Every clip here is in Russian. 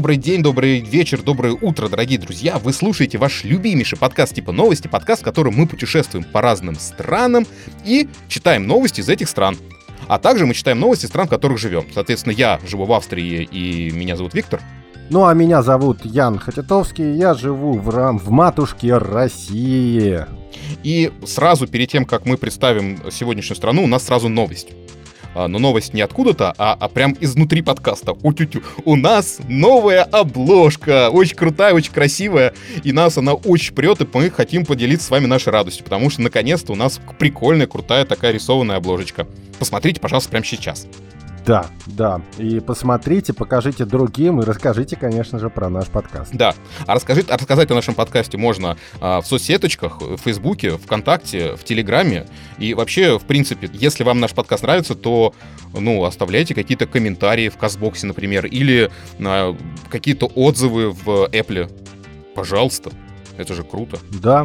Добрый день, добрый вечер, доброе утро, дорогие друзья. Вы слушаете ваш любимейший подкаст типа новости, подкаст, в котором мы путешествуем по разным странам и читаем новости из этих стран. А также мы читаем новости стран, в которых живем. Соответственно, я живу в Австрии, и меня зовут Виктор. Ну, а меня зовут Ян Хатитовский, я живу в матушке России. И сразу перед тем, как мы представим сегодняшнюю страну, у нас сразу новость. Но новость не откуда-то, а прям изнутри подкаста. У нас новая обложка, очень крутая, очень красивая, и нас она очень прет, и мы хотим поделиться с вами нашей радостью, потому что наконец-то у нас прикольная, крутая такая рисованная обложечка. Посмотрите, пожалуйста, прямо сейчас. Да, и посмотрите, покажите другим и расскажите, конечно же, про наш подкаст. Да, рассказать о нашем подкасте можно в соцсеточках, в Фейсбуке, ВКонтакте, в Телеграме. И вообще, в принципе, если вам наш подкаст нравится, то, оставляйте какие-то комментарии в Кастбоксе, например, или какие-то отзывы в Apple. Пожалуйста, это же круто. Да.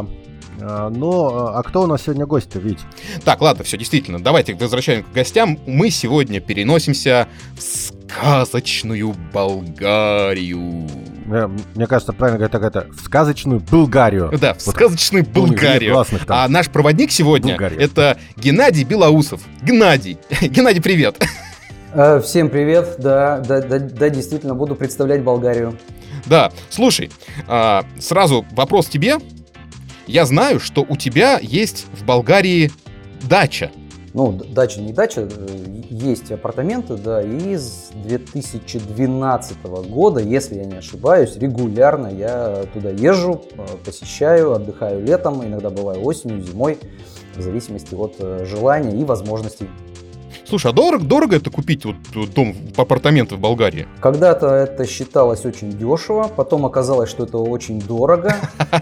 А кто у нас сегодня гость-то, Вить? Так, ладно, все, действительно, давайте возвращаемся к гостям. Мы сегодня переносимся в сказочную Болгарию. Мне кажется, правильно говорить так, в сказочную Болгарию. Да, в сказочную Болгарию. А наш проводник сегодня — это Геннадий Белоусов. Геннадий, привет. Всем привет, да, действительно, буду представлять Болгарию. Да, слушай, сразу вопрос тебе. Я знаю, что у тебя есть в Болгарии дача. Дача не дача, есть апартаменты, да, и с 2012 года, если я не ошибаюсь, регулярно я туда езжу, посещаю, отдыхаю летом, иногда бываю осенью, зимой, в зависимости от желания и возможностей. Слушай, а дорого это купить дом, апартаменты в Болгарии? Когда-то это считалось очень дешево, потом оказалось, что это очень дорого.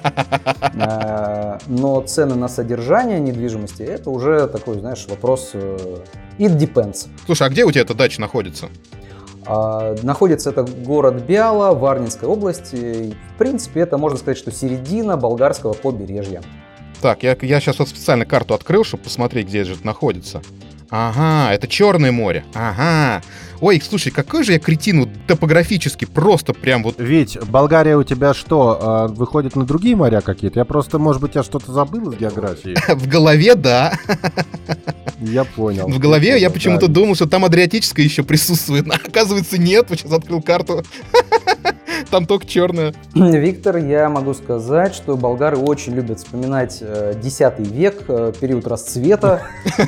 Но цены на содержание недвижимости — это уже такой, вопрос it depends. Слушай, а где у тебя эта дача находится? Находится это город Бяла, Варнинская область. В принципе, это, можно сказать, что середина болгарского побережья. Так, я сейчас специально карту открыл, чтобы посмотреть, где же это находится. Ага, это Черное море. Ага. Ой, слушай, какой же я кретин топографически, просто прям вот... Ведь Болгария у тебя что, выходит на другие моря какие-то? Может быть, я что-то забыл из географии? В голове, да. Я понял. В голове я почему-то думал, что там Адриатическое еще присутствует. Оказывается, нет. Вот сейчас открыл карту. Там только черное. Виктор, я могу сказать, что болгары очень любят вспоминать X век, период расцвета,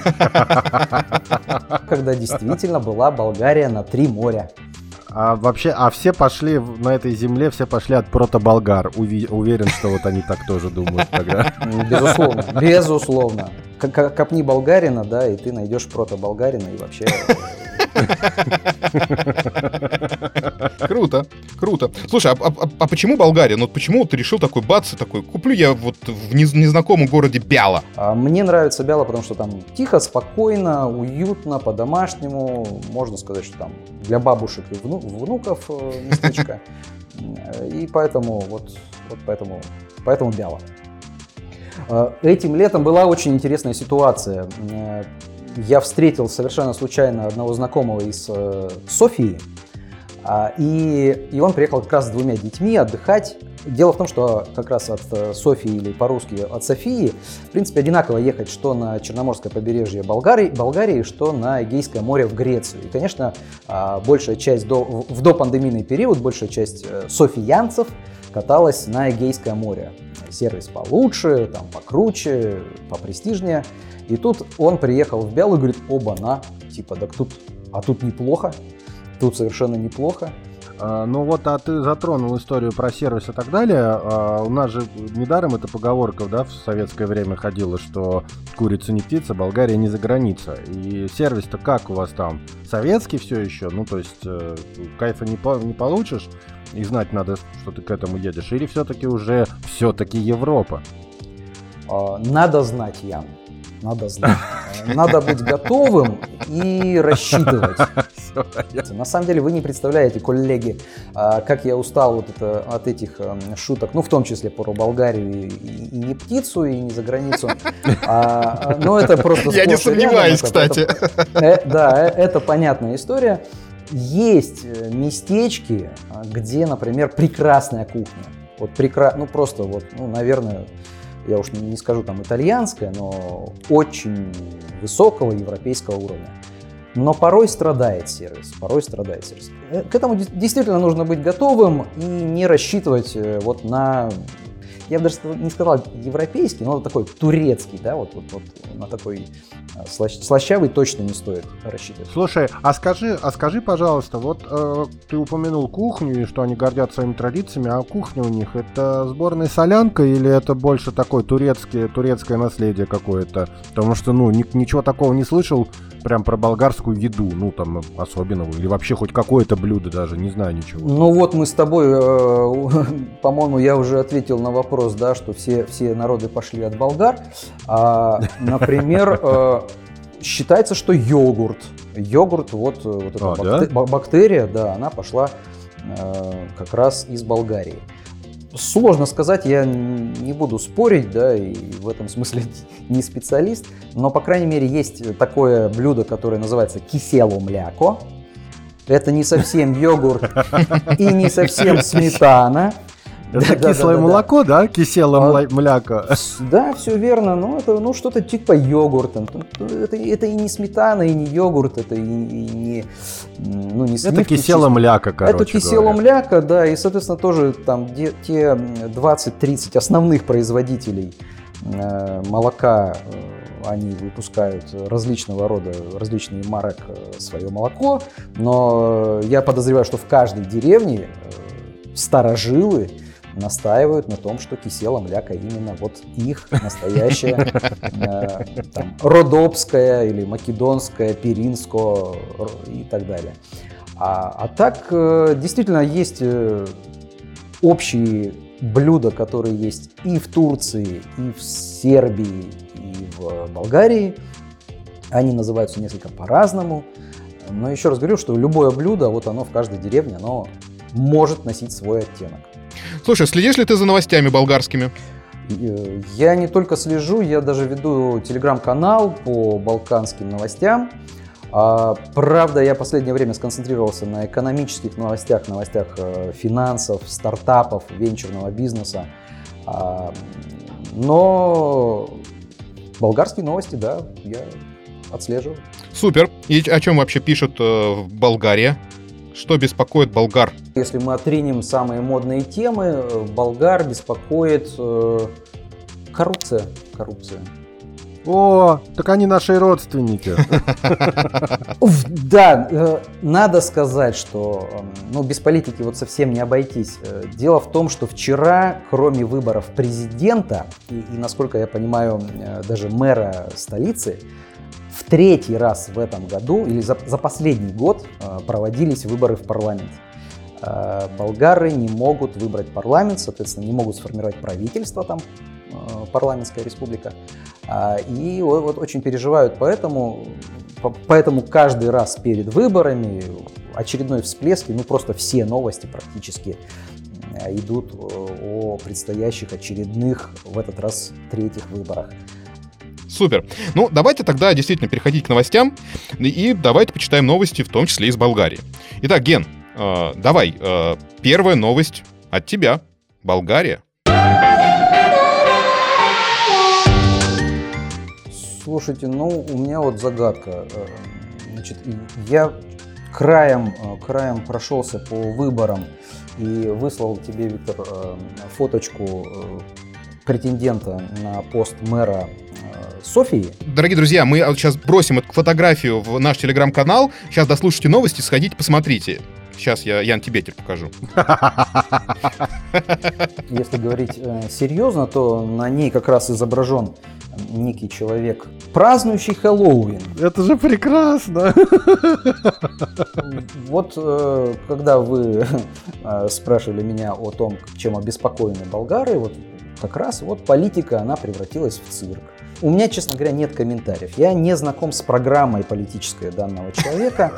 когда действительно была Болгария на 3 моря. Все пошли на этой земле, все пошли от прото-болгар. Уверен, что вот они так тоже думают тогда. Безусловно. Копни болгарина, да, и ты найдешь прото-болгарина и вообще... Круто. Слушай, а почему Болгария? Почему ты решил такой куплю я вот в незнакомом городе Бяла? Мне нравится Бяла, потому что там тихо, спокойно, уютно, по-домашнему. Можно сказать, что там для бабушек и внуков местечко. И поэтому Бяла. Этим летом была очень интересная ситуация. Я встретил совершенно случайно одного знакомого из Софии, и он приехал как раз с 2 детьми отдыхать. Дело в том, что как раз от Софии, или по-русски от Софии, в принципе, одинаково ехать что на Черноморское побережье Болгарии, что на Эгейское море в Грецию. И, конечно, большая часть в допандемийный период, большая часть софиянцев каталась на Эгейское море. Сервис получше, там покруче, попрестижнее. И тут он приехал в Бялу и говорит: оба-на, тут неплохо, тут совершенно неплохо. Ты затронул историю про сервис и так далее. У нас же недаром эта поговорка, да, в советское время ходила, что курица не птица, Болгария не за граница. И сервис-то как у вас там? Советский все еще? То есть кайфа не получишь, и знать надо, что ты к этому едешь? Или все-таки Европа? Надо знать, Ян. Надо знать. Надо быть готовым и рассчитывать. На самом деле вы не представляете, коллеги, как я устал от этих шуток, в том числе про Болгарию и не птицу, и не за границу. Но это просто... Я не сомневаюсь, кстати. Да, это понятная история. есть местечки, где, например, прекрасная кухня. Вот просто вот, наверное, я уж не скажу там итальянская, но очень высокого европейского уровня. Но порой страдает сервис. К этому действительно нужно быть готовым и не рассчитывать вот на, я бы даже не сказал европейский, но такой турецкий, да, вот на такой слащавый точно не стоит рассчитывать. Слушай, а скажи, пожалуйста, вот ты упомянул кухню и что они гордятся своими традициями, а кухня у них это сборная солянка или это больше такое турецкое наследие какое-то? Потому что, ничего такого не слышал прям про болгарскую еду, там особенного, или вообще хоть какое-то блюдо даже, не знаю ничего. Вот мы с тобой, по-моему, я уже ответил на вопрос, да, что все народы пошли от болгар. Например, считается, что йогурт, вот эта бактерия, да, она пошла как раз из Болгарии. Сложно сказать, я не буду спорить, да, и в этом смысле не специалист, но, по крайней мере, есть такое блюдо, которое называется кисело мляко. Это не совсем йогурт и не совсем сметана. Это кислое молоко, да? Кисело мляко. Да, все верно, но это что-то типа йогурта. Это и не сметана, и не йогурт, это и не сливки. Это кисело мляко, короче. Это кисело мляко, да, и, соответственно, тоже там те 20-30 основных производителей молока, они выпускают различные марок свое молоко, но я подозреваю, что в каждой деревне старожилы настаивают на том, что кисело мляко именно вот их настоящая родопская или македонская, пиринская и так далее. А так действительно есть общие блюда, которые есть и в Турции, и в Сербии, и в Болгарии. Они называются несколько по-разному. Но еще раз говорю, что любое блюдо, вот оно в каждой деревне, оно может носить свой оттенок. Слушай, следишь ли ты за новостями болгарскими? Я не только слежу, я даже веду телеграм-канал по балканским новостям. Правда, я в последнее время сконцентрировался на экономических новостях финансов, стартапов, венчурного бизнеса. Но болгарские новости, да, я отслеживаю. Супер. И о чем вообще пишут в Болгарии? Что беспокоит болгар? Если мы отринем самые модные темы, болгар беспокоит коррупция. О, так они наши родственники. Да, надо сказать, что без политики вот совсем не обойтись. Дело в том, что вчера, кроме выборов президента и, насколько я понимаю, даже мэра столицы, в третий раз в этом году или за последний год проводились выборы в парламент. Болгары не могут выбрать парламент, соответственно, не могут сформировать правительство, там парламентская республика. И вот очень переживают поэтому каждый раз перед выборами очередной всплеск, просто все новости практически идут о предстоящих очередных, в этот раз, третьих выборах. Супер. Давайте тогда действительно переходить к новостям, и давайте почитаем новости, в том числе из Болгарии. Итак, Ген, давай, первая новость от тебя. Болгария. Слушайте, у меня вот загадка. Значит, я краем прошелся по выборам и выслал тебе, Виктор, фоточку претендента на пост мэра Софии. Дорогие друзья, мы сейчас бросим эту фотографию в наш телеграм-канал. Сейчас дослушайте новости, сходите, посмотрите. Сейчас я Ян тебе теперь покажу. Если говорить серьезно, то на ней как раз изображен некий человек, празднующий Хэллоуин. Это же прекрасно! Вот когда вы спрашивали меня о том, чем обеспокоены болгары, вот как раз вот политика, она превратилась в цирк. У меня, честно говоря, нет комментариев. Я не знаком с программой политической данного человека.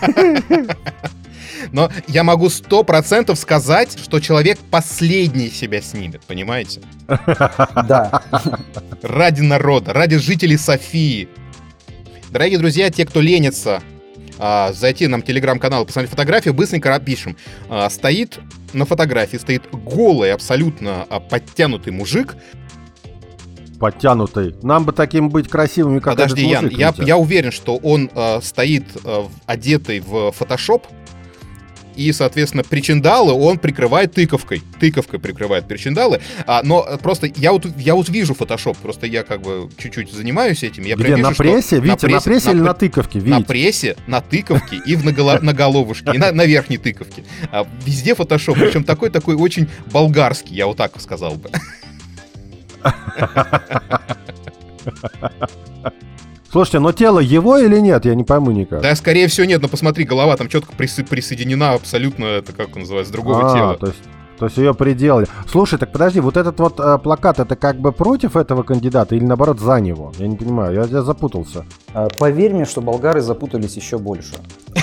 Но я могу 100% сказать, что человек последний себя снимет, понимаете? Да. Ради народа, ради жителей Софии. Дорогие друзья, те, кто ленится зайти на телеграм-канал, посмотреть фотографию, быстренько пишем. Стоит на фотографии, стоит голый, абсолютно подтянутый мужик. Подтянутый. Нам бы таким быть красивыми, как Подожди, этот мужик. Ян, я уверен, что он стоит одетый в фотошоп, и, соответственно, причиндалы он прикрывает тыковкой. Тыковкой прикрывает причиндалы. Но просто я вот вижу фотошоп, просто я как бы чуть-чуть занимаюсь этим. Я где, на прессе? Видите, на прессе или на тыковке? Видите? На прессе, на тыковке и на головушке, и на верхней тыковке. Везде фотошоп, причем такой очень болгарский, я вот так сказал бы. Слушайте, но тело его или нет, я не пойму никак. Да, скорее всего нет, но посмотри, голова там четко присоединена абсолютно, это как называется, другого тела. То есть ее приделали. Слушай, так подожди, вот этот вот плакат, это как бы против этого кандидата или наоборот за него? Я не понимаю, я запутался. Поверь мне, что болгары запутались еще больше.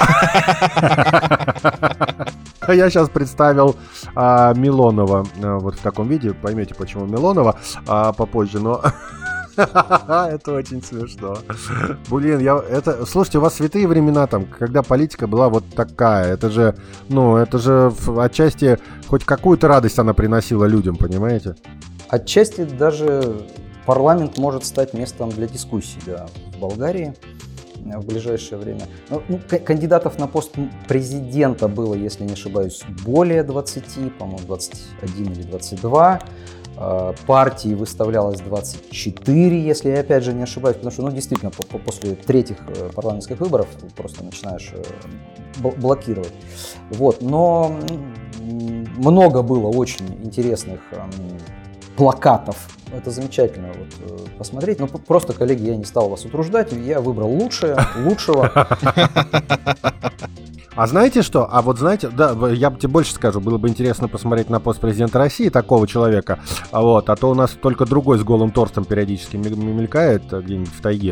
Я сейчас представил Милонова вот в таком виде, поймете, почему Милонова попозже, но... Это очень смешно. Блин, слушайте, у вас святые времена там, когда политика была вот такая. Это же отчасти хоть какую-то радость она приносила людям, понимаете? Отчасти даже парламент может стать местом для дискуссий, да, в Болгарии в ближайшее время. Кандидатов на пост президента было, если не ошибаюсь, более 20, по-моему, 21 или 22. Партий выставлялось 24, если я опять же не ошибаюсь, потому что, действительно, после третьих парламентских выборов просто начинаешь блокировать. Вот, но много было очень интересных плакатов. Это замечательно посмотреть. Но просто, коллеги, я не стал вас утруждать, я выбрал лучшего. А знаете что? А вот знаете, да, я тебе больше скажу, было бы интересно посмотреть на пост президента России такого человека, а то у нас только другой с голым торсом периодически мелькает где-нибудь в тайге,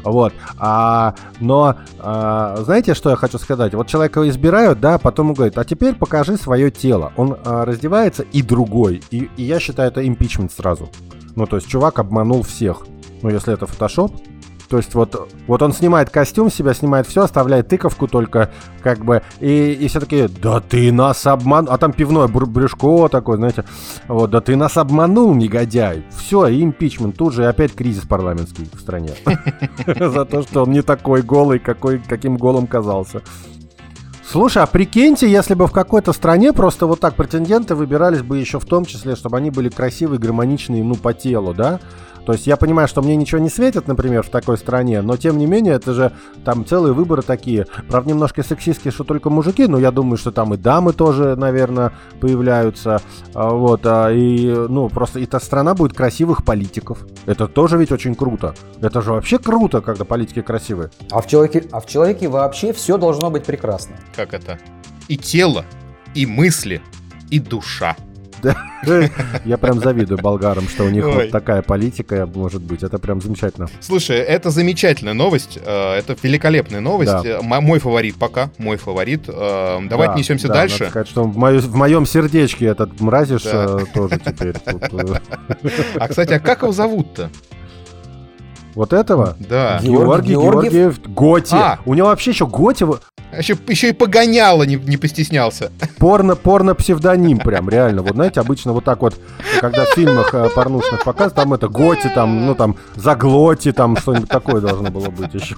но знаете, что я хочу сказать? Вот человека избирают, да, потом он говорит, а теперь покажи свое тело. Он раздевается и другой, и я считаю, это импичмент сразу. То есть чувак обманул всех, если это фотошоп. То есть вот он снимает костюм, себя снимает все, оставляет тыковку только, как бы, и все такие, да ты нас обманул, а там пивное брюшко такое, знаете, да ты нас обманул, негодяй. Все, импичмент, тут же опять кризис парламентский в стране. За то, что он не такой голый, каким голым казался. Слушай, а прикиньте, если бы в какой-то стране просто вот так претенденты выбирались бы еще в том числе, чтобы они были красивые, гармоничные, по телу, да? То есть я понимаю, что мне ничего не светит, например, в такой стране, но тем не менее, это же там целые выборы такие. Правда, немножко сексистские, что только мужики, но я думаю, что там и дамы тоже, наверное, появляются. Просто эта страна будет красивых политиков. Это тоже ведь очень круто. Это же вообще круто, когда политики красивые. А в человеке вообще все должно быть прекрасно. Как это? И тело, и мысли, и душа. Я прям завидую болгарам, что у них вот такая политика может быть. Это прям замечательно. Слушай, это замечательная новость. Это великолепная новость. Да. Мой фаворит пока. Мой фаворит. Давайте несемся дальше. Надо сказать, что в моем сердечке этот мразиш тоже теперь. А, кстати, как его зовут-то? Вот этого? Да. Георгиев Готи. У него вообще еще Готи. Еще и погоняло, не постеснялся. Порно-псевдоним прям, реально. Вот знаете, обычно вот так вот, когда в фильмах порнушных показывают, там это Готи, там, Заглоти, там что-нибудь такое должно было быть еще.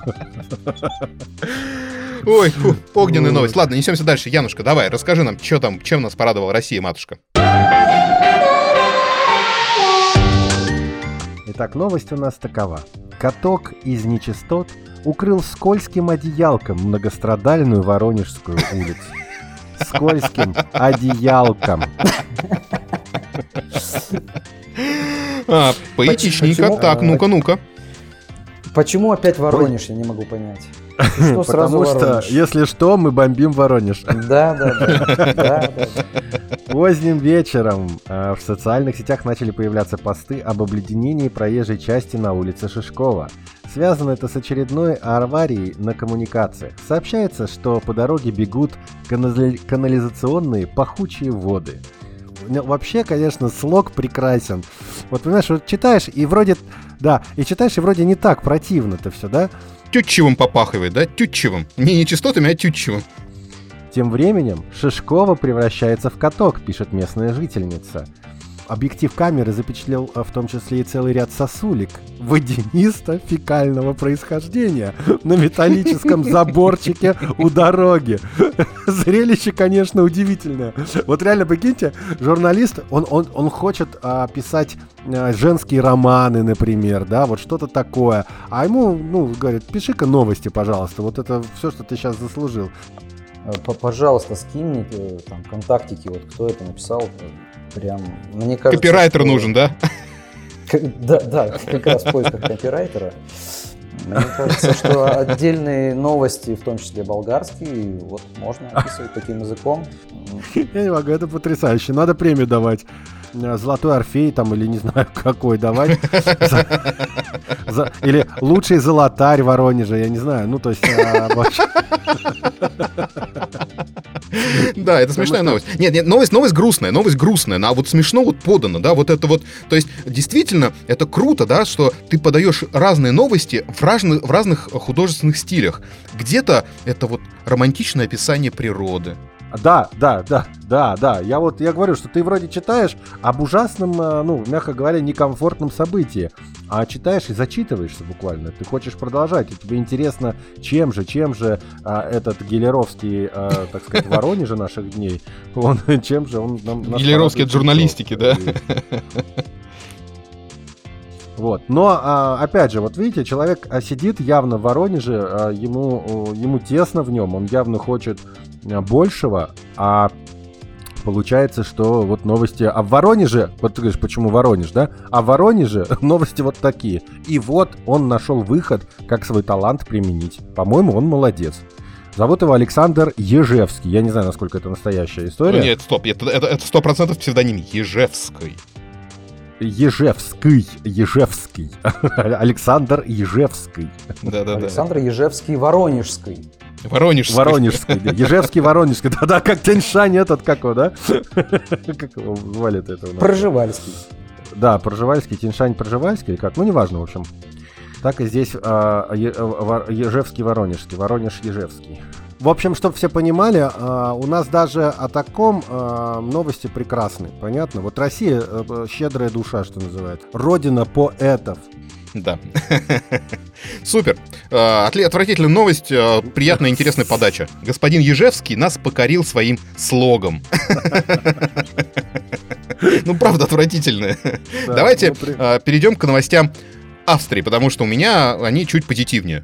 Ой, огненная новость. Ладно, несемся дальше. Янушка, давай, расскажи нам, что там, чем нас порадовала Россия, матушка. Итак, новость у нас такова. Каток из нечистот укрыл скользким одеялком многострадальную Воронежскую улицу. Скользким одеялком. Поэтичненько. Так, ну-ка. Почему опять Воронеж, я не могу понять. Потому что, если что, мы бомбим Воронеж. Да. Поздним вечером в социальных сетях начали появляться посты об обледенении проезжей части на улице Шишкова. Связано это с очередной аварией на коммуникациях. Сообщается, что по дороге бегут канализационные пахучие воды. Вообще, конечно, слог прекрасен. Вот, понимаешь, вот читаешь, и вроде не так противно-то все, да? тютчевым попахивает, да? Тютчевым. Не нечистотами, а тютчевым. Тем временем Шишкова превращается в каток, пишет местная жительница. Объектив камеры запечатлел в том числе и целый ряд сосулек водянисто-фекального происхождения на металлическом заборчике у дороги. Зрелище, конечно, удивительное. Вот реально, прикиньте, журналист, он хочет писать женские романы, например, да, вот что-то такое. А ему, говорят, пиши-ка новости, пожалуйста, вот это все, что ты сейчас заслужил. Пожалуйста, скинь мне там контактики, вот кто это написал. Прям, мне кажется, копирайтер что... нужен, да? Да, как раз в поисках копирайтера. Мне кажется, что отдельные новости, в том числе болгарские, вот можно описывать таким языком. Я не могу, это потрясающе. Надо премию давать. Золотой Орфей там, или не знаю какой давать. Или лучший золотарь Воронежа, я не знаю. Ну, то есть... Да, это смешная новость. Нет, новость грустная, а вот смешно вот подано, да, вот это вот, то есть, действительно, это круто, да, что ты подаешь разные новости в разных художественных стилях. Где-то это вот романтичное описание природы. Да. Я говорю, что ты вроде читаешь об ужасном, мягко говоря, некомфортном событии, а читаешь и зачитываешься буквально. Ты хочешь продолжать, и тебе интересно, чем же этот Гелеровский, так сказать, Воронежа наших дней, чем же он нам... Гелеровский от журналистики, да? Вот. Но, опять же, вот видите, человек сидит явно в Воронеже, ему тесно в нем, он явно хочет большего, а получается, что вот новости о Воронеже, вот ты говоришь, почему Воронеж, да? А в Воронеже новости вот такие. И вот он нашел выход, как свой талант применить. По-моему, он молодец. Зовут его Александр Ежевский. Я не знаю, насколько это настоящая история. Нет, стоп, это 100% псевдоним Ежевской. Ежевский. Александр Ежевский. Да. Александр Ежевский Воронежский. Воронежский, да. Ежевский Воронежский. Да, как Тяньшань этот, как его, да? Как его звали-то это у нас? Проживальский. Да, Проживальский, Тяньшань Проживальский, как, неважно, в общем. Так и здесь Ежевский Воронежский, Воронеж Ежевский. В общем, чтобы все понимали, у нас даже о таком новости прекрасны, понятно? Вот Россия щедрая душа, что называется. Родина поэтов. Да. Супер. Отвратительная новость, приятная, интересная подача. Господин Ежевский нас покорил своим слогом. Ну, правда, отвратительная. Давайте перейдем к новостям Австрии, потому что у меня они чуть позитивнее.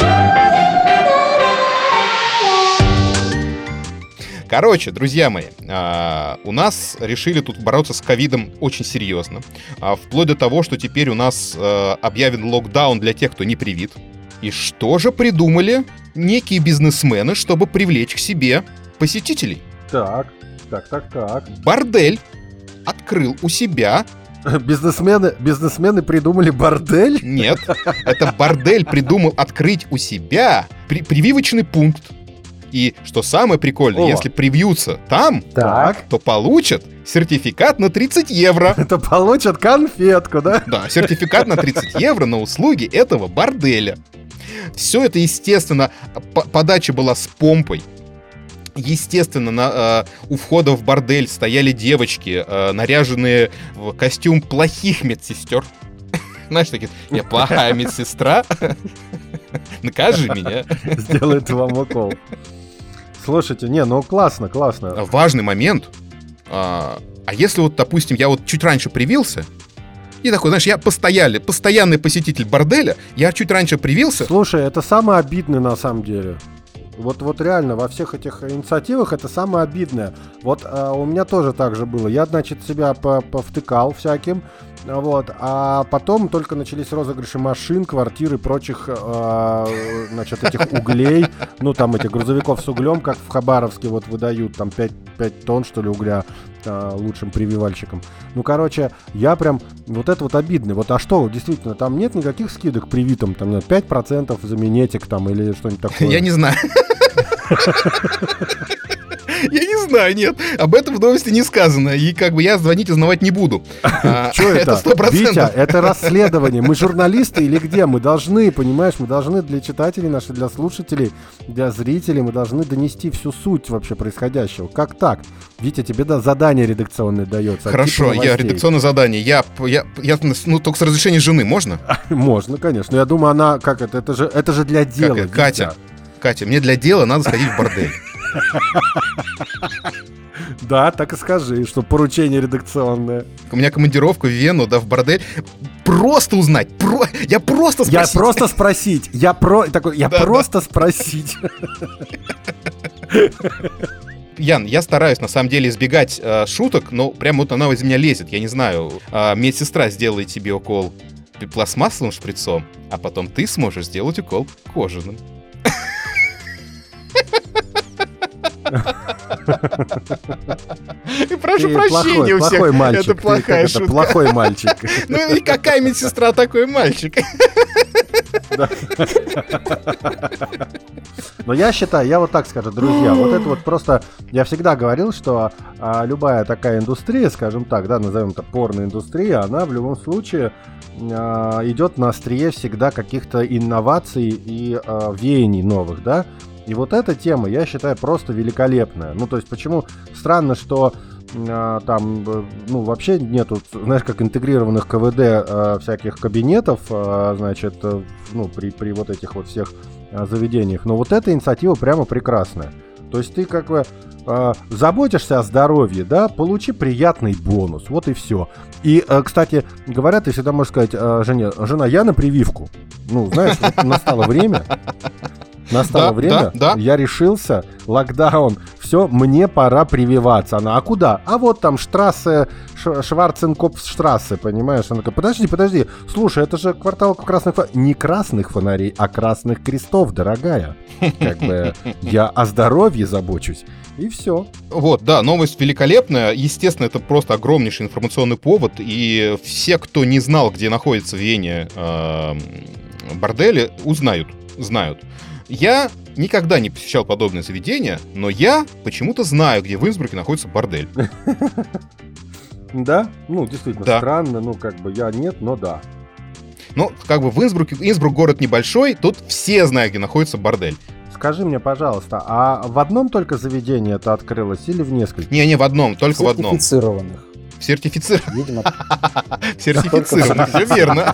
Короче, друзья мои, у нас решили тут бороться с ковидом очень серьезно. Вплоть до того, что теперь у нас объявлен локдаун для тех, кто не привит. И что же придумали некие бизнесмены, чтобы привлечь к себе посетителей? Так. Бордель открыл у себя... Бизнесмены придумали бордель? Нет, это бордель придумал открыть у себя прививочный пункт. И что самое прикольное, если привьются там, то получат сертификат на 30 евро. Это получат конфетку, да? Да, сертификат на 30 евро на услуги этого борделя. Все это, естественно, подача была с помпой. Естественно, у входа в бордель стояли девочки, наряженные в костюм плохих медсестер. Знаешь, такие, я плохая медсестра, накажи меня. Сделает вам укол. Слушайте, классно. Важный момент. А если вот, допустим, я вот чуть раньше привился, и такой, знаешь, я постоянный посетитель борделя, я чуть раньше привился. Слушай, это самое обидное на самом деле. Вот реально, во всех этих инициативах это самое обидное. Вот у меня тоже так же было. Я, значит, себя повтыкал всяким, вот, а потом только начались розыгрыши машин, квартир и прочих, значит, этих углей, там этих грузовиков с углем, как в Хабаровске вот выдают там 5 тонн, что ли, угля лучшим прививальщикам. Короче, я прям, вот это вот обидно. Вот, а что, действительно, там нет никаких скидок привитым, там нет 5% за минетик там или что-нибудь такое? Я не знаю. Я не знаю, нет. Об этом в новости не сказано. И как бы я звонить узнавать не буду. Что это? 100%. Витя, это расследование. Мы журналисты или где? Мы должны, понимаешь, мы должны для читателей наших, для слушателей, для зрителей, мы должны донести всю суть вообще происходящего. Как так? Витя, тебе задание редакционное дается. Хорошо, я редакционное задание. Я, ну, только с разрешения жены можно? Можно, конечно. Я думаю, она, как это же для дела. Катя, мне для дела надо сходить в бордель. Да, так и скажи, что поручение редакционное. У меня командировка в Вену, да, в бордель. Просто узнать. Я просто спросить. Я просто спросить. Ян, я стараюсь на самом деле избегать шуток, но прям вот она из меня лезет. Я не знаю, медсестра сделает тебе укол пластмассовым шприцом, а потом ты сможешь сделать укол кожаным. И прошу прощения у всех. Плохой мальчик. Это плохая шутка. Это плохой мальчик. Ну и какая медсестра, такой мальчик. Но я считаю, я вот так скажу, друзья, вот это вот просто, я всегда говорил, что любая такая индустрия, скажем так, да, назовем это порноиндустрия, она в любом случае идет на острие всегда каких-то инноваций и веяний новых, да. И вот эта тема, я считаю, просто великолепная. Ну, то есть, почему странно, что там, ну, вообще нету, знаешь, как интегрированных КВД всяких кабинетов, значит, ну, при вот этих вот всех заведениях. Но вот эта инициатива прямо прекрасная. То есть ты как бы заботишься о здоровье, да, получи приятный бонус, вот и все. И, кстати, говорят, ты всегда можешь сказать жене: жена, я на прививку. Ну, знаешь, вот настало время. Настало время, я решился, локдаун, все, мне пора прививаться. Она, а куда? А вот там штрассе, Шварценкопфштрассе, понимаешь? Она такая, подожди, слушай, это же квартал красных фонарей. Не красных фонарей, а красных крестов, дорогая. Как бы я о здоровье забочусь. И все. Вот, да, новость великолепная. Естественно, это просто огромнейший информационный повод. И все, кто не знал, где находится в Вене бордели, знают. Я никогда не посещал подобное заведение, но я почему-то знаю, где в Инсбруке находится бордель. Да? Ну, действительно, да. Странно, ну, как бы я нет, но да. Ну, как бы в Инсбрук город небольшой, тут все знают, где находится бордель. Скажи мне, пожалуйста, а в одном только заведении это открылось или в нескольких? Не, в одном, только в одном. Сертифицированных. Сертифицированных, все верно.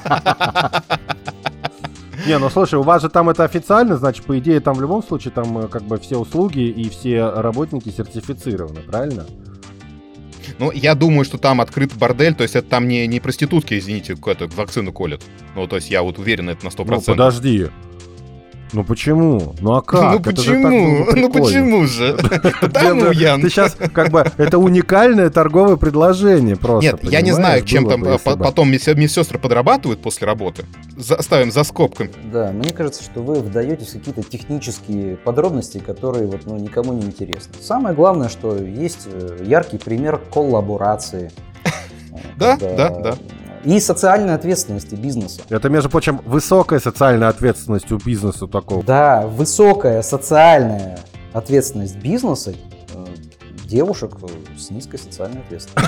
Не, ну слушай, у вас же там это официально, значит, по идее, там в любом случае там как бы все услуги и все работники сертифицированы, правильно? Ну, я думаю, что там открыт бордель, то есть это там не проститутки, извините, какую-то вакцину колят. Ну, то есть я вот уверен, это на 100%. Ну, подожди. Ну почему? Ну а как? Ну почему же? Потому, Ян. Ты сейчас как бы это уникальное торговое предложение просто. Нет, я не знаю, чем там потом медсестры подрабатывают после работы. Ставим за скобками. Да, мне кажется, что вы вдаетесь в какие-то технические подробности, которые вот, ну, никому не интересны. Самое главное, что есть яркий пример коллаборации. Да. И социальной ответственности бизнеса. Это, между прочим, высокая социальная ответственность у бизнеса такого. Да, высокая социальная ответственность бизнеса девушек с низкой социальной ответственностью.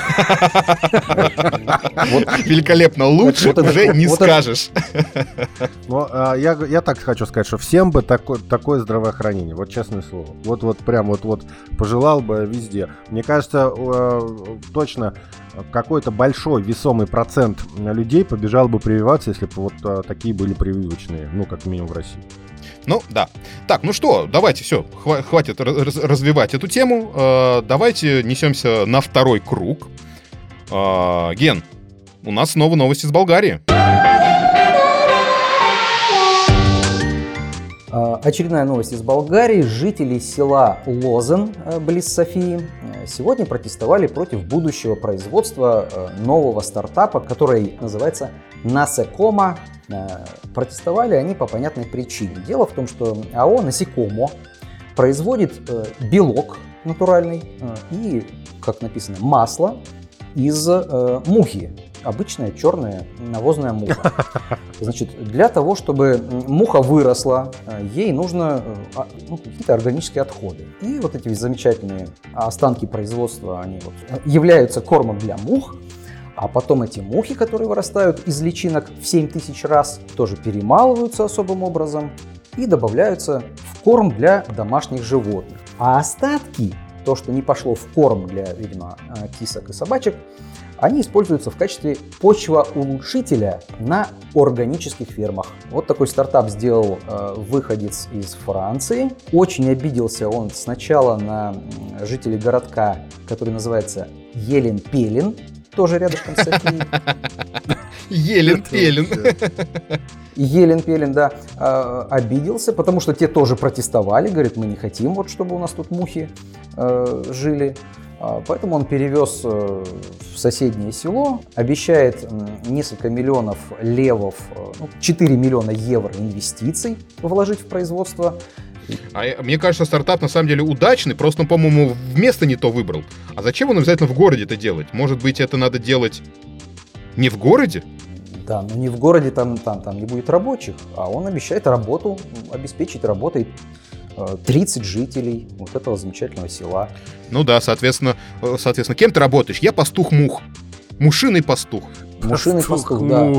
Великолепно, лучше уже не скажешь. Я так хочу сказать, что всем бы такое здравоохранение, вот честное слово. Вот прям вот пожелал бы везде. Мне кажется, точно какой-то большой весомый процент людей побежал бы прививаться, если бы вот такие были прививочные, ну, как минимум в России. Ну, да. Так, ну что, давайте, все, хватит развивать эту тему. Давайте несемся на второй круг. Ген, у нас снова новости из Болгарии. Очередная новость из Болгарии. Жители села Лозен, близ Софии, сегодня протестовали против будущего производства нового стартапа, который называется Насекомо. Протестовали они по понятной причине. Дело в том, что АО «Насекомо» производит белок натуральный и, как написано, масло из мухи. обычная черная навозная муха. Значит, для того, чтобы муха выросла, ей нужно какие-то органические отходы. И вот эти замечательные останки производства, они вот являются кормом для мух. А потом эти мухи, которые вырастают из личинок в 7000 раз, тоже перемалываются особым образом и добавляются в корм для домашних животных. А остатки, то, что не пошло в корм для, видимо, кисок и собачек, они используются в качестве почвоулучшителя на органических фермах. Вот такой стартап сделал выходец из Франции. Очень обиделся он сначала на жителей городка, который называется Елен-Пелен, тоже рядышком с Софией. Елен-Пелен. Елен-Пелен, да, обиделся, потому что те тоже протестовали, говорят, мы не хотим, вот, чтобы у нас тут мухи жили. Поэтому он перевез в соседнее село, обещает несколько миллионов левов, 4 миллиона евро инвестиций вложить в производство. Мне кажется, стартап на самом деле удачный, просто он, по-моему, место не то выбрал. А зачем он обязательно в городе это делать? Может быть, это надо делать не в городе? Да, но не в городе, там не будет рабочих, а он обещает работу, обеспечить работой 30 жителей вот этого замечательного села. Ну да, соответственно, кем ты работаешь? Я пастух мух. Мушиный пастух. Мушиный пастух, да.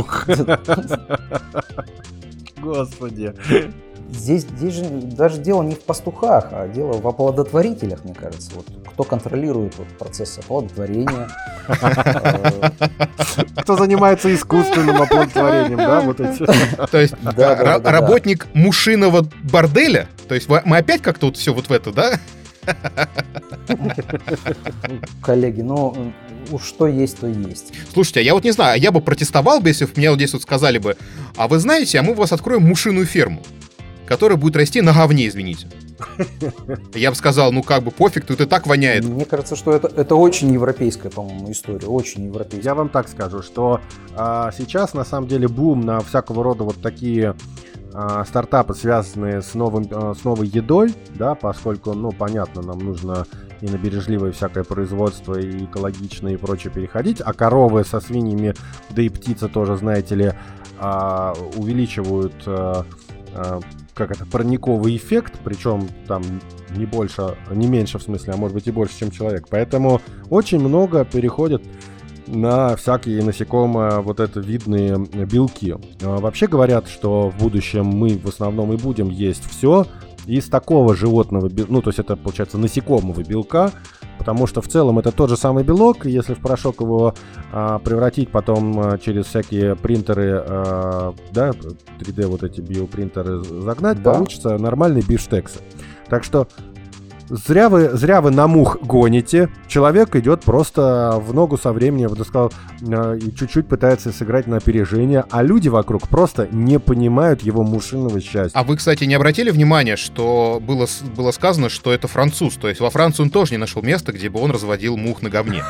Господи. Здесь же даже дело не в пастухах, а дело в оплодотворителях, мне кажется. Вот кто контролирует процесс оплодотворения. Кто занимается искусственным оплодотворением, да, вот эти. То есть работник мушиного борделя? То есть мы опять как-то вот все вот в это, да? Коллеги, уж что есть, то есть. Слушайте, а я вот не знаю, я бы протестовал бы, если бы мне вот здесь вот сказали бы, а вы знаете, а мы у вас откроем мушиную ферму, которая будет расти на говне, извините. Я бы сказал, пофиг, тут и так воняет. Мне кажется, что это очень европейская, по-моему, история, очень европейская. Я вам так скажу, что сейчас, на самом деле, бум на всякого рода вот такие стартапы, связанные с новой едой, да, поскольку, понятно, нам нужно и на бережливое всякое производство, и экологичное, и прочее переходить, а коровы со свиньями, да и птицы тоже, знаете ли, увеличивают парниковый эффект, причем там не меньше в смысле, а может быть и больше, чем человек. Поэтому очень много переходит на всякие насекомые видные белки. Вообще говорят, что в будущем мы в основном и будем есть все из такого животного, то есть это получается насекомого белка, потому что в целом это тот же самый белок, и если в порошок его превратить потом через всякие принтеры, 3D вот эти биопринтеры загнать, да, получится нормальные бифштексы. Так что зря вы на мух гоните. Человек идет просто в ногу со временем, я бы сказал, и чуть-чуть пытается сыграть на опережение, а люди вокруг просто не понимают его мушиного счастья. А вы, кстати, не обратили внимания, что было сказано, что это француз, то есть во Франции он тоже не нашел места, где бы он разводил мух на говне.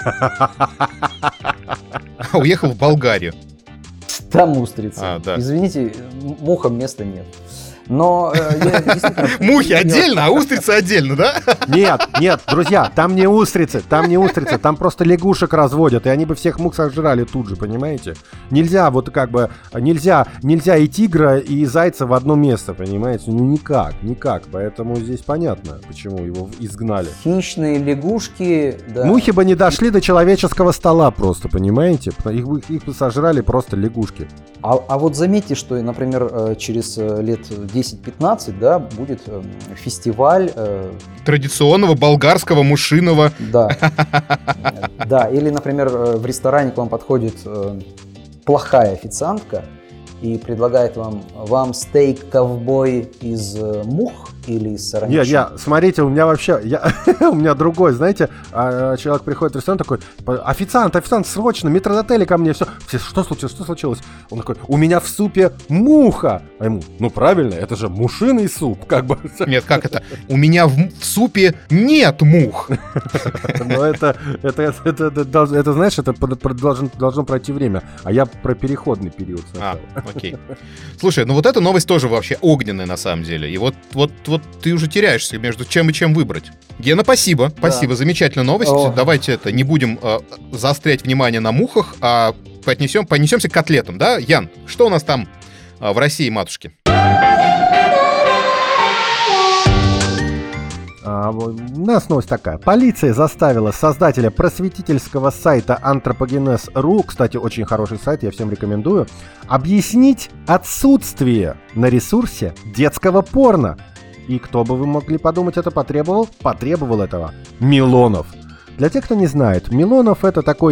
А уехал в Болгарию. Там устрица. Да. Извините, мухам места нет. Но мухи отдельно, а устрицы отдельно, да? Нет, друзья, там не устрицы, там просто лягушек разводят, и они бы всех мух сожрали тут же, понимаете? Нельзя нельзя и тигра, и зайца в одно место, понимаете? Никак, поэтому здесь понятно, почему его изгнали. Хищные лягушки, да. Мухи бы не дошли до человеческого стола просто, понимаете? Их бы сожрали просто лягушки. А вот заметьте, что, например, через лет 10-15, да, будет фестиваль традиционного болгарского мушиного. Да. Да, или, например, в ресторане к вам подходит плохая официантка и предлагает вам стейк-ковбой из мух или из саранчи. Смотрите, у меня вообще, у меня другой, знаете, человек приходит в ресторан такой, официант, срочно, метрдотели ко мне, все, что случилось? Он такой, у меня в супе муха. А ему, правильно, это же мушиный суп, как бы. Нет, как это? У меня в супе нет мух. Но это знаешь, это должно пройти время, а я про переходный период. Окей. Слушай, вот эта новость тоже вообще огненная на самом деле. И вот ты уже теряешься между чем и чем выбрать. Гена, спасибо. Спасибо, замечательная новость. О. Давайте не будем заострять внимание на мухах, а понесемся к котлетам, да? Ян, что у нас там в России, матушки? У нас новость такая. Полиция заставила создателя просветительского сайта Anthropogenes.ru, кстати, очень хороший сайт, я всем рекомендую, объяснить отсутствие на ресурсе детского порно. И кто бы вы могли подумать, это потребовал? Потребовал этого Милонов. Для тех, кто не знает, Милонов — это такой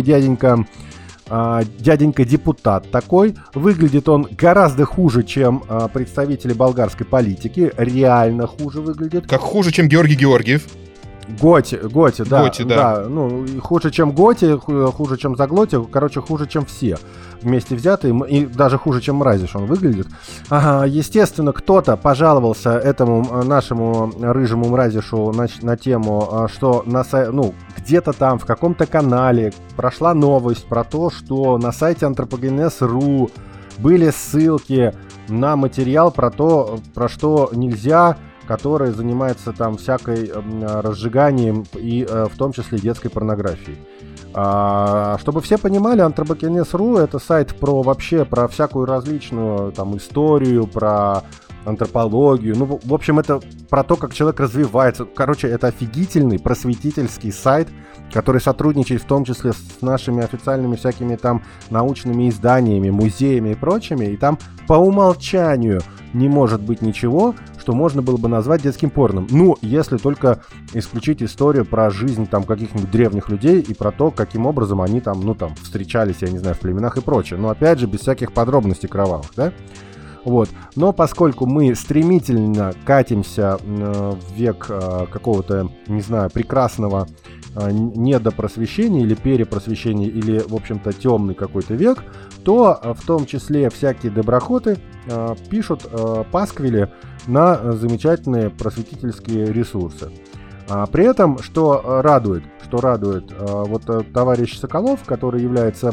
дяденька-депутат такой. Выглядит он гораздо хуже, чем представители болгарской политики. Реально хуже выглядит. Как хуже, чем Георгий Георгиев. Готи, да. Готи, да. Ну, хуже, чем Готи, хуже, чем Заглоти, короче, хуже, чем все вместе взятые, и даже хуже, чем Мразиш он выглядит. Естественно, кто-то пожаловался этому нашему рыжему Мразишу на тему, что где-то там, в каком-то канале прошла новость про то, что на сайте Anthropogenes.ru были ссылки на материал про то, про что нельзя, который занимается там всякой разжиганием и в том числе детской порнографией. Чтобы все понимали, Anthropogenes.ru — это сайт про всякую различную там историю, про антропологию. Ну, в общем, это про то, как человек развивается. Короче, это офигительный просветительский сайт, который сотрудничает в том числе с нашими официальными всякими там научными изданиями, музеями и прочими. И там по умолчанию не может быть ничего, что можно было бы назвать детским порном. Ну, если только исключить историю про жизнь там каких-нибудь древних людей и про то, каким образом они там, встречались, я не знаю, в племенах и прочее. Но опять же, без всяких подробностей кровавых, да? Вот. Но поскольку мы стремительно катимся в век какого-то, не знаю, прекрасного недопросвещения или перепросвещения, или, в общем-то, темный какой-то век, то в том числе всякие доброхоты пишут пасквили на замечательные просветительские ресурсы. При этом, что радует, вот товарищ Соколов, который является,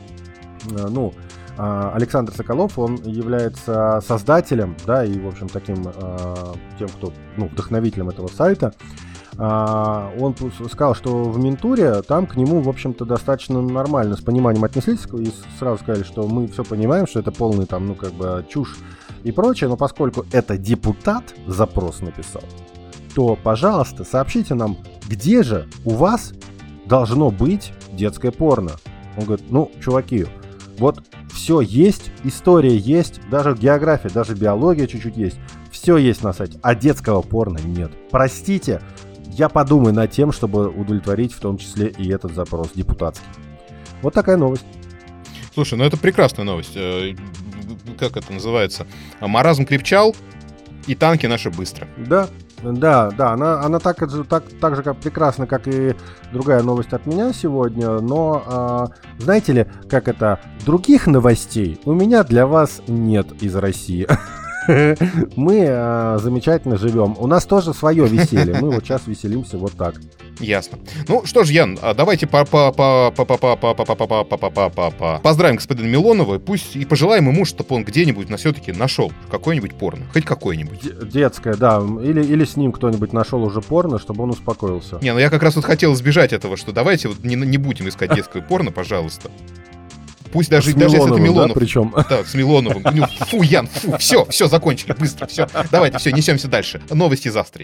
Александр Соколов, он является создателем, да, и, в общем, таким тем, кто, вдохновителем этого сайта. Он сказал, что в Ментуре там к нему, в общем-то, достаточно нормально, с пониманием отнеслись, и сразу сказали, что мы все понимаем, что это полный там, чушь и прочее, но поскольку это депутат запрос написал, то, пожалуйста, сообщите нам, где же у вас должно быть детское порно. Он говорит, чуваки, вот все есть, история есть, даже география, даже биология чуть-чуть есть, все есть на сайте, а детского порно нет. Простите, я подумаю над тем, чтобы удовлетворить в том числе и этот запрос депутатский. Вот такая новость. Слушай, это прекрасная новость. Как это называется? Маразм крепчал, и танки наши быстро. Да, она так же как прекрасна, как и другая новость от меня сегодня, но знаете ли, как это, других новостей у меня для вас нет из России. Мы замечательно живем. У нас тоже свое веселье. Мы вот сейчас веселимся вот так. Ясно. Ну что ж, Ян, давайте поздравим господина Милонова, пусть и пожелаем ему, чтобы он где-нибудь все-таки нашел какое-нибудь порно. Хоть какое-нибудь. Детское, да. Или с ним кто-нибудь нашел уже порно, чтобы он успокоился. Не, я как раз вот хотел избежать этого, что давайте вот не будем искать детское порно, пожалуйста. Пусть даже если это Милонов. Да, причем? Да, с Милоновым. Фу, Ян, все, закончили, быстро, все. Давайте, все, несемся дальше. Новости из Австрии.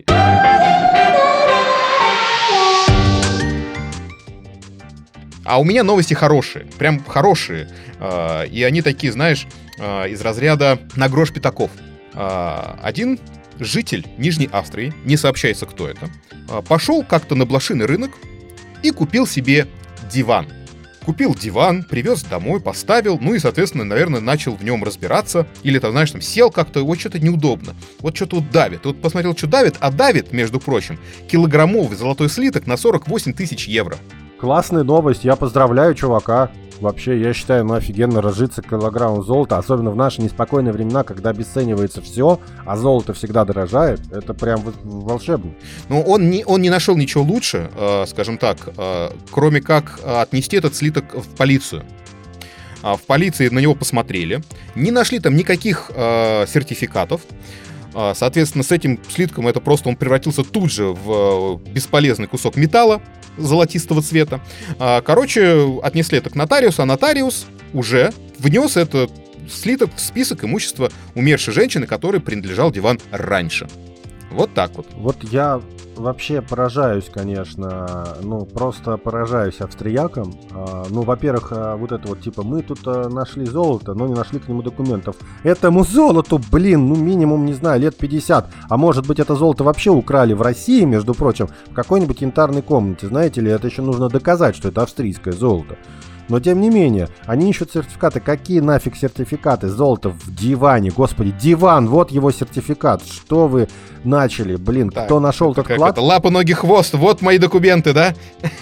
А у меня новости хорошие, прям хорошие. И они такие, знаешь, из разряда на грош пятаков. Один житель Нижней Австрии, не сообщается, кто это, пошел как-то на блошиный рынок и купил себе диван. Купил диван, привез домой, поставил, и, соответственно, наверное, начал в нем разбираться. Или, сел как-то, вот что-то неудобно. Вот что-то давит. Вот посмотрел, что давит, а давит, между прочим, килограммовый золотой слиток на 48 тысяч евро. Классная новость, я поздравляю чувака. Вообще, я считаю, офигенно разжиться килограммом золота, особенно в наши неспокойные времена, когда обесценивается все, а золото всегда дорожает. Это прям волшебно. Он не нашел ничего лучше, скажем так, кроме как отнести этот слиток в полицию. В полиции на него посмотрели, не нашли там никаких сертификатов. Соответственно, с этим слитком это просто он превратился тут же в бесполезный кусок металла золотистого цвета. Короче, отнесли это к нотариусу, а нотариус уже внес этот слиток в список имущества умершей женщины, которой принадлежал диван раньше. Вот так вот. Вот я вообще поражаюсь, конечно, просто поражаюсь австриякам. Во-первых, вот это вот, типа, мы тут нашли золото, но не нашли к нему документов. Этому золоту, минимум, не знаю, лет 50. А может быть, это золото вообще украли в России, между прочим, в какой-нибудь янтарной комнате, знаете ли, это еще нужно доказать, что это австрийское золото. Но тем не менее, они ищут сертификаты. Какие нафиг сертификаты? Золото в диване. Господи, диван, вот его сертификат. Что вы начали? Так, кто нашел этот клад? Это лапа, ноги, хвост. Вот мои документы, да?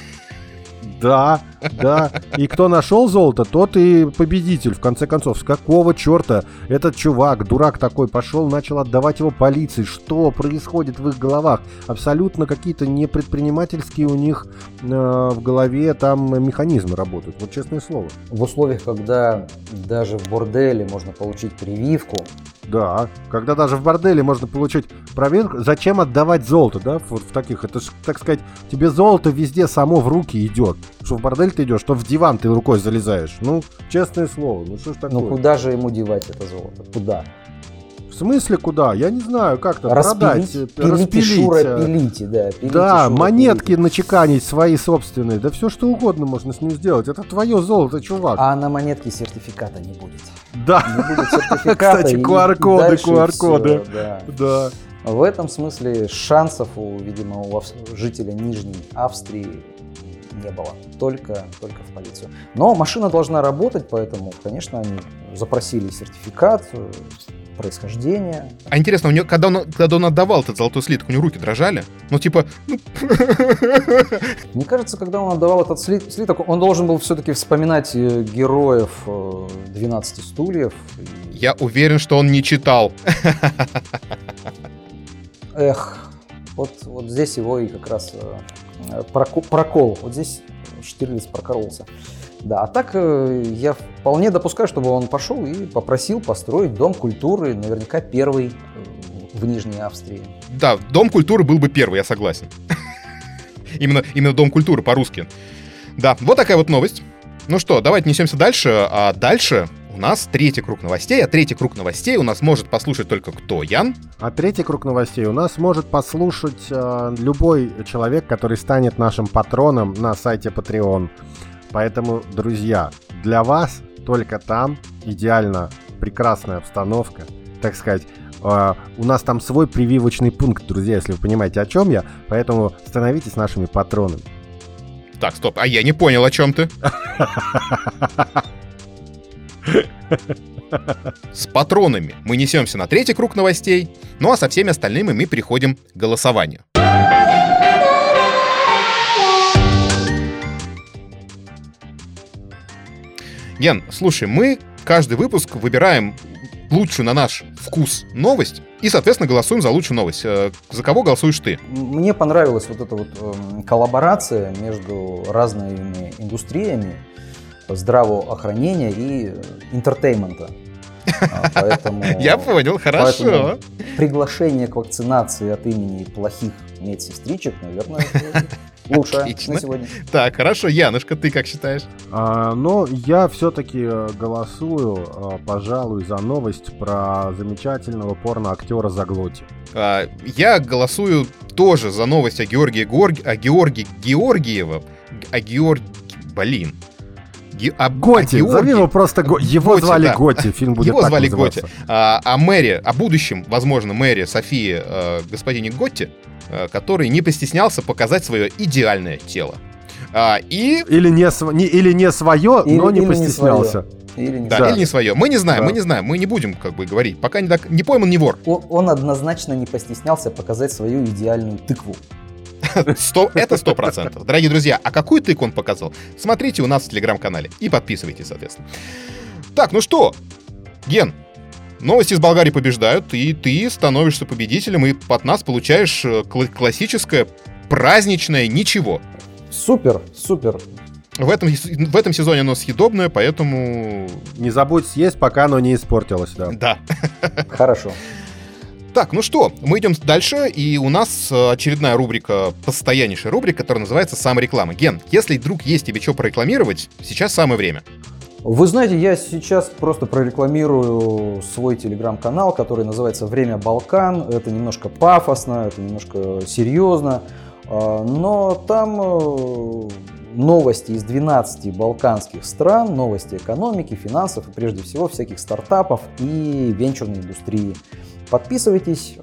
Да. И кто нашел золото, тот и победитель. В конце концов, с какого черта этот чувак, дурак такой, пошел, начал отдавать его полиции? Что происходит в их головах? Абсолютно какие-то непредпринимательские у них в голове там механизмы работают. Вот честное слово. В условиях, когда даже в борделе можно получить прививку. Да, когда даже в борделе можно получить проверку, зачем отдавать золото, да, вот в таких, это ж, так сказать, тебе золото везде само в руки идет, что в бордель ты идешь, что в диван ты рукой залезаешь, честное слово, что ж такое? Куда же ему девать это золото, куда? В смысле куда? Я не знаю, как-то распилить, продать, пилите, да. Да, монетки начеканить свои собственные, да все что угодно можно с ним сделать, это твое золото, чувак. А на монетке сертификата не будет. Да, не будет сертификата. Кстати, QR-коды. Да. В этом смысле шансов, видимо, у жителя Нижней Австрии не было. Только в полицию. Но машина должна работать, поэтому, конечно, они запросили сертификат происхождения. А интересно, у него, когда он отдавал этот золотой слиток, у него руки дрожали? Мне кажется, когда он отдавал этот слиток, он должен был все-таки вспоминать героев 12 стульев. Я уверен, что он не читал. Эх, вот здесь его и как раз прокол. Вот здесь Штирлиц прокололся. Да, а так я вполне допускаю, чтобы он пошел и попросил построить дом культуры, наверняка первый в Нижней Австрии. Да, дом культуры был бы первый, я согласен. Именно дом культуры по-русски. Да, вот такая вот новость. Ну что, давайте несемся дальше. А дальше у нас третий круг новостей. А третий круг новостей у нас может послушать только кто, Ян? А третий круг новостей у нас может послушать любой человек, который станет нашим патроном на сайте Patreon. Поэтому, друзья, для вас только там идеально прекрасная обстановка, так сказать. У нас там свой прививочный пункт, друзья, если вы понимаете, о чем я. Поэтому становитесь нашими патронами. Так, стоп, а я не понял, о чем ты. С патронами мы несемся на третий круг новостей, ну а со всеми остальными мы переходим к голосованию. Ген, слушай, мы каждый выпуск выбираем лучшую на наш вкус новость и, соответственно, голосуем за лучшую новость. За кого голосуешь ты? Мне понравилась вот эта вот коллаборация между разными индустриями здравоохранения и интертеймента. Я понял, хорошо. Приглашение к вакцинации от имени плохих медсестричек, наверное, лучше на сегодня. Так, хорошо. Янушка, ты как считаешь? Но я все-таки голосую, пожалуй, за новость про замечательного порно-актера Заглоти. Я голосую тоже за новость о Георгии Георгиеве. Готи, зови его просто его Готи, звали да. Готи, фильм будет его так звали называться. Готи. О будущем, возможно, мэре Софии господине Готти, который не постеснялся показать свое идеальное тело. Или не свое, но не постеснялся. Или не свое. Мы не знаем, мы не будем говорить. Пока не пойман, не вор. Он однозначно не постеснялся показать свою идеальную тыкву. Это 100%. Дорогие друзья, а какую тыкву он показал? Смотрите у нас в Телеграм-канале и подписывайтесь, соответственно. Так, ну что, Ген, новости из Болгарии побеждают, и ты становишься победителем, и от нас получаешь классическое праздничное ничего. Супер. В этом сезоне оно съедобное, поэтому... Не забудь съесть, пока оно не испортилось, да. Да. Хорошо. Так, ну что, мы идем дальше, и у нас очередная рубрика, постояннейшая рубрика, которая называется «Самореклама». Ген, если вдруг есть тебе что прорекламировать, сейчас самое время. Вы знаете, я сейчас просто прорекламирую свой телеграм-канал, который называется «Время Балкан». Это немножко пафосно, это немножко серьезно, но там новости из 12 балканских стран, новости экономики, финансов и прежде всего всяких стартапов и венчурной индустрии. Подписывайтесь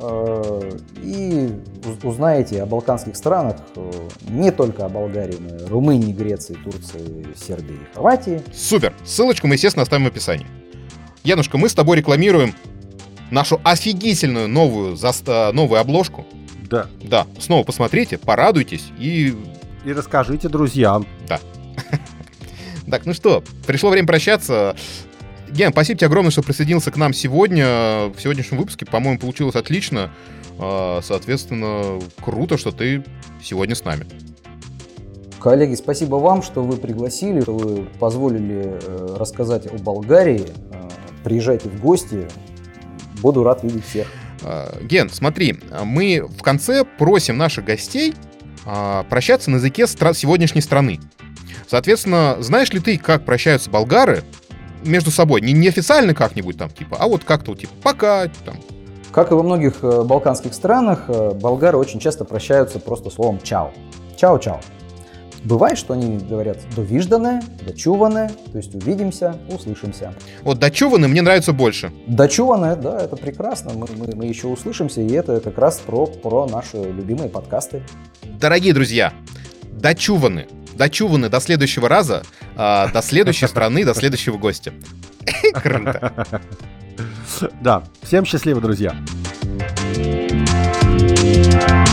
и узнаете о балканских странах, не только о Болгарии, но и Румынии, Греции, Турции, Сербии и Хорватии. Супер! Ссылочку мы, естественно, оставим в описании. Янушка, мы с тобой рекламируем нашу офигительную новую обложку. Да. Да, снова посмотрите, порадуйтесь и... И расскажите друзьям. Да. Так, ну что, пришло время прощаться. Ген, спасибо тебе огромное, что присоединился к нам сегодня. В сегодняшнем выпуске, по-моему, получилось отлично. Соответственно, круто, что ты сегодня с нами. Коллеги, спасибо вам, что вы пригласили, что вы позволили рассказать о Болгарии. Приезжайте в гости. Буду рад видеть всех. Ген, смотри, мы в конце просим наших гостей прощаться на языке сегодняшней страны. Соответственно, знаешь ли ты, как прощаются болгары между собой? Не официально как-нибудь там, типа, а вот как-то, типа, пока, там. Как и во многих балканских странах, болгары очень часто прощаются просто словом «чао». «Чао-чао». Бывает, что они говорят «довиждане», «дочуване», то есть «увидимся», «услышимся». Вот «дочуване» мне нравится больше. «Дочуване», да, это прекрасно, мы еще услышимся, и это как раз про наши любимые подкасты. Дорогие друзья, «дочуваны». Дочуваны до следующего раза, до следующей страны, до следующего гостя. Круто. Да, всем счастливо, друзья.